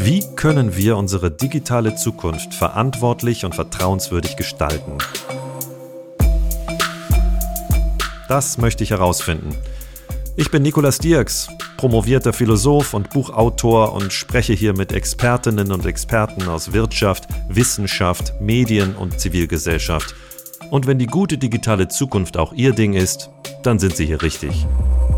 Wie können wir unsere digitale Zukunft verantwortlich und vertrauenswürdig gestalten? Das möchte ich herausfinden. Ich bin Nikolaus Dierks, promovierter Philosoph und Buchautor und spreche hier mit Expertinnen und Experten aus Wirtschaft, Wissenschaft, Medien und Zivilgesellschaft. Und wenn die gute digitale Zukunft auch Ihr Ding ist, dann sind Sie hier richtig.